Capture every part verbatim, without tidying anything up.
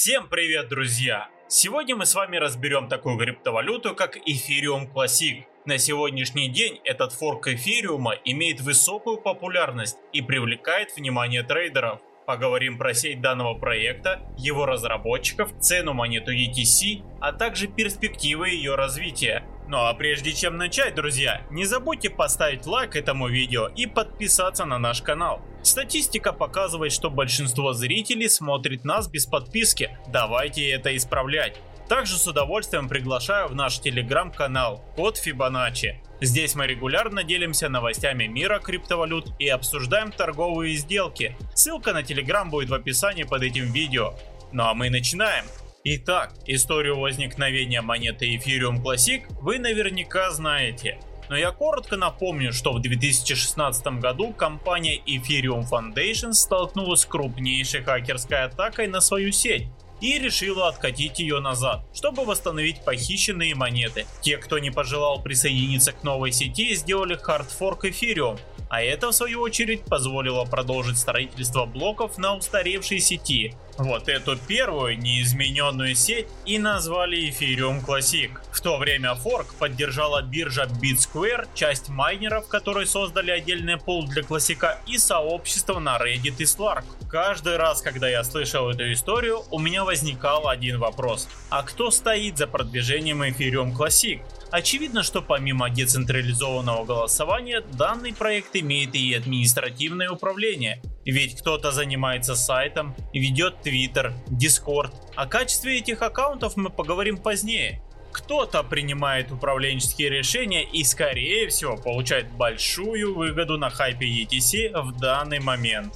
Всем привет, друзья! Сегодня мы с вами разберем такую криптовалюту, как Ethereum Classic. На сегодняшний день этот форк эфириума имеет высокую популярность и привлекает внимание трейдеров. Поговорим про сеть данного проекта, его разработчиков, цену монету и ти си, а также перспективы ее развития. Ну а прежде чем начать, друзья, не забудьте поставить лайк этому видео и подписаться на наш канал. Статистика показывает, что большинство зрителей смотрит нас без подписки. Давайте это исправлять. Также с удовольствием приглашаю в наш телеграм-канал Код Фибоначчи. Здесь мы регулярно делимся новостями мира криптовалют и обсуждаем торговые сделки. Ссылка на телеграм будет в описании под этим видео. Ну а мы начинаем. Итак, историю возникновения монеты Ethereum Classic вы наверняка знаете. Но я коротко напомню, что в две тысячи шестнадцатом году компания Ethereum Foundation столкнулась с крупнейшей хакерской атакой на свою сеть и решила откатить ее назад, чтобы восстановить похищенные монеты. Те, кто не пожелал присоединиться к новой сети, сделали хардфорк Ethereum, а это в свою очередь позволило продолжить строительство блоков на устаревшей сети. Вот эту первую неизмененную сеть и назвали Ethereum Classic. В то время форк поддержала биржа BitSquare, часть майнеров, которые создали отдельный пул для классика, и сообщество на Reddit и Slark. Каждый раз, когда я слышал эту историю, у меня возникал один вопрос: а кто стоит за продвижением Ethereum Classic? Очевидно, что помимо децентрализованного голосования, данный проект имеет и административное управление. Ведь кто-то занимается сайтом, ведет Twitter, Discord. О качестве этих аккаунтов мы поговорим позднее. Кто-то принимает управленческие решения и, скорее всего, получает большую выгоду на хайпе и ти си в данный момент.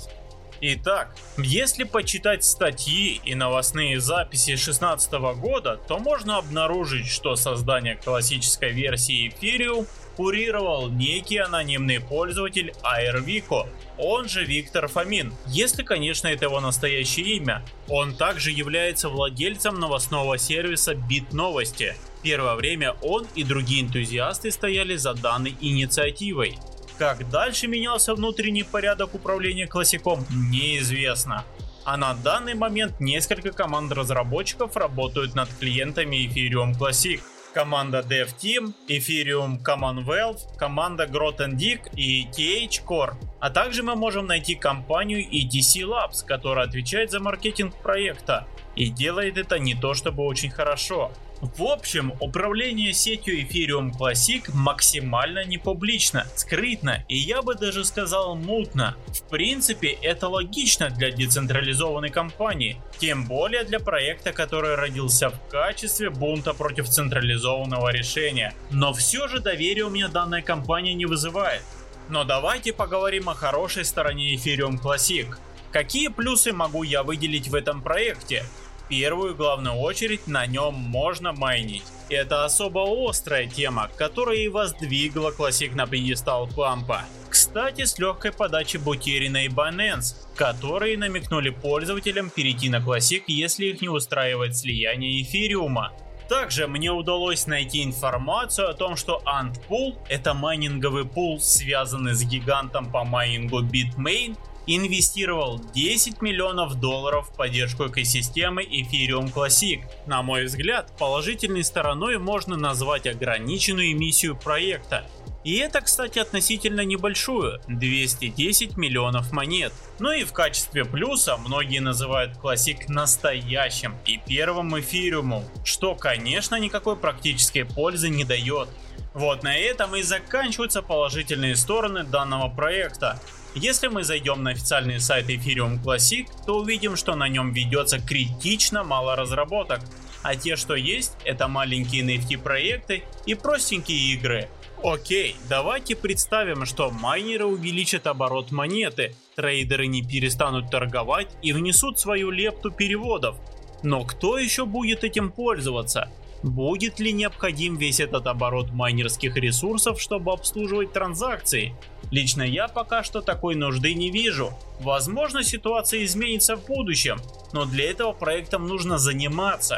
Итак, если почитать статьи и новостные записи две тысячи шестнадцатого года, то можно обнаружить, что создание классической версии Ethereum курировал некий анонимный пользователь Airvico, он же Виктор Фомин, если, конечно, это его настоящее имя. Он также является владельцем новостного сервиса BitNovости. Первое время он и другие энтузиасты стояли за данной инициативой. Как дальше менялся внутренний порядок управления классиком, неизвестно. А на данный момент несколько команд разработчиков работают над клиентами Ethereum Classic. Команда DevTeam, Ethereum Commonwealth, команда Grothendieck и ти эйч Core. А также мы можем найти компанию и ти си Labs, которая отвечает за маркетинг проекта. И делает это не то чтобы очень хорошо. В общем, управление сетью Ethereum Classic максимально непублично, скрытно и, я бы даже сказал, мутно. В принципе, это логично для децентрализованной компании, тем более для проекта, который родился в качестве бунта против централизованного решения. Но все же доверие у меня данная компания не вызывает. Но давайте поговорим о хорошей стороне Ethereum Classic. Какие плюсы могу я выделить в этом проекте? В первую главную очередь на нем можно майнить. Это особо острая тема, которая и воздвигла Classic на пьедестал пампа. Кстати, с легкой подачи Buterin и Binance, которые намекнули пользователям перейти на Classic, если их не устраивает слияние эфириума. Также мне удалось найти информацию о том, что Antpool, это майнинговый пул, связанный с гигантом по майнингу Bitmain, инвестировал десять миллионов долларов в поддержку экосистемы Ethereum Classic. На мой взгляд, положительной стороной можно назвать ограниченную эмиссию проекта. И это, кстати, относительно небольшую – двести десять миллионов монет. Ну и в качестве плюса многие называют Classic настоящим и первым эфириумом, что, конечно, никакой практической пользы не дает. Вот на этом и заканчиваются положительные стороны данного проекта. Если мы зайдем на официальный сайт Ethereum Classic, то увидим, что на нем ведется критично мало разработок, а те, что есть, это маленькие эн эф ти проекты и простенькие игры. Окей, давайте представим, что майнеры увеличат оборот монеты, трейдеры не перестанут торговать и внесут свою лепту переводов. Но кто еще будет этим пользоваться? Будет ли необходим весь этот оборот майнерских ресурсов, чтобы обслуживать транзакции? Лично я пока что такой нужды не вижу. Возможно, ситуация изменится в будущем, но для этого проектом нужно заниматься.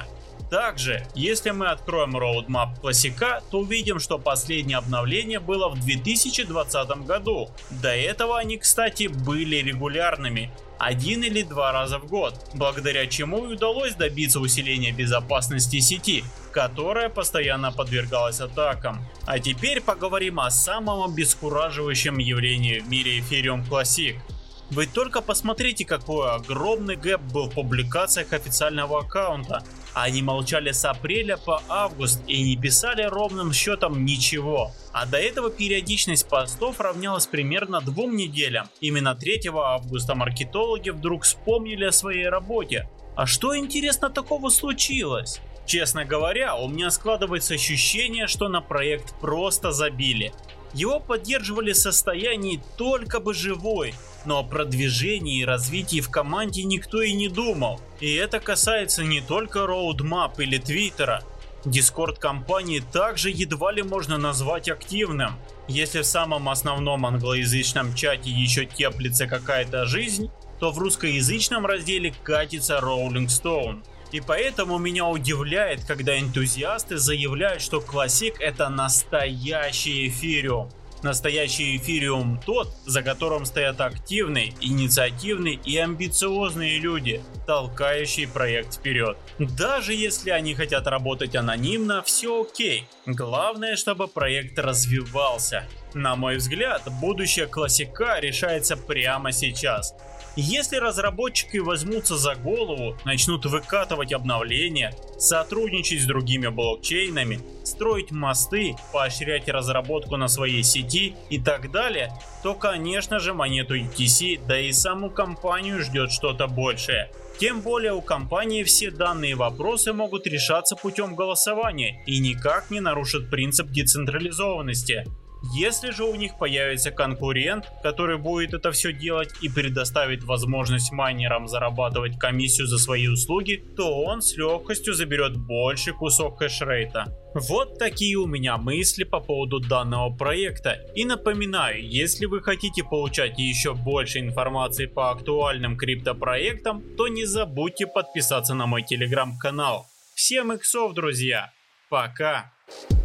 Также, если мы откроем Roadmap Classic, то увидим, что последнее обновление было в две тысячи двадцатом году. До этого они, кстати, были регулярными, один или два раза в год, благодаря чему и удалось добиться усиления безопасности сети, которая постоянно подвергалась атакам. А теперь поговорим о самом обескураживающем явлении в мире Ethereum Classic. Вы только посмотрите, какой огромный гэп был в публикациях официального аккаунта. Они молчали с апреля по август и не писали ровным счетом ничего. А до этого периодичность постов равнялась примерно двум неделям. Именно третьего августа маркетологи вдруг вспомнили о своей работе. А что, интересно, такого случилось? Честно говоря, у меня складывается ощущение, что на проект просто забили. Его поддерживали в состоянии только бы живой, но о продвижении и развитии в команде никто и не думал. И это касается не только Roadmap или Твиттера. Дискорд компании также едва ли можно назвать активным. Если в самом основном англоязычном чате еще теплится какая-то жизнь, то в русскоязычном разделе катится Rolling Stone. И поэтому меня удивляет, когда энтузиасты заявляют, что Classic — это настоящий эфириум. Настоящий эфириум тот, за которым стоят активные, инициативные и амбициозные люди, толкающие проект вперед. Даже если они хотят работать анонимно, все окей. Главное, чтобы проект развивался. На мой взгляд, будущее Classic решается прямо сейчас. Если разработчики возьмутся за голову, начнут выкатывать обновления, сотрудничать с другими блокчейнами, строить мосты, поощрять разработку на своей сети и так далее, то, конечно же, монету ю ти си, да и саму компанию ждет что-то большее. Тем более у компании все данные вопросы могут решаться путем голосования и никак не нарушат принцип децентрализованности. Если же у них появится конкурент, который будет это все делать и предоставит возможность майнерам зарабатывать комиссию за свои услуги, то он с легкостью заберет больший кусок хешрейта. Вот такие у меня мысли по поводу данного проекта. И напоминаю, если вы хотите получать еще больше информации по актуальным криптопроектам, то не забудьте подписаться на мой телеграм-канал. Всем иксов, друзья! Пока!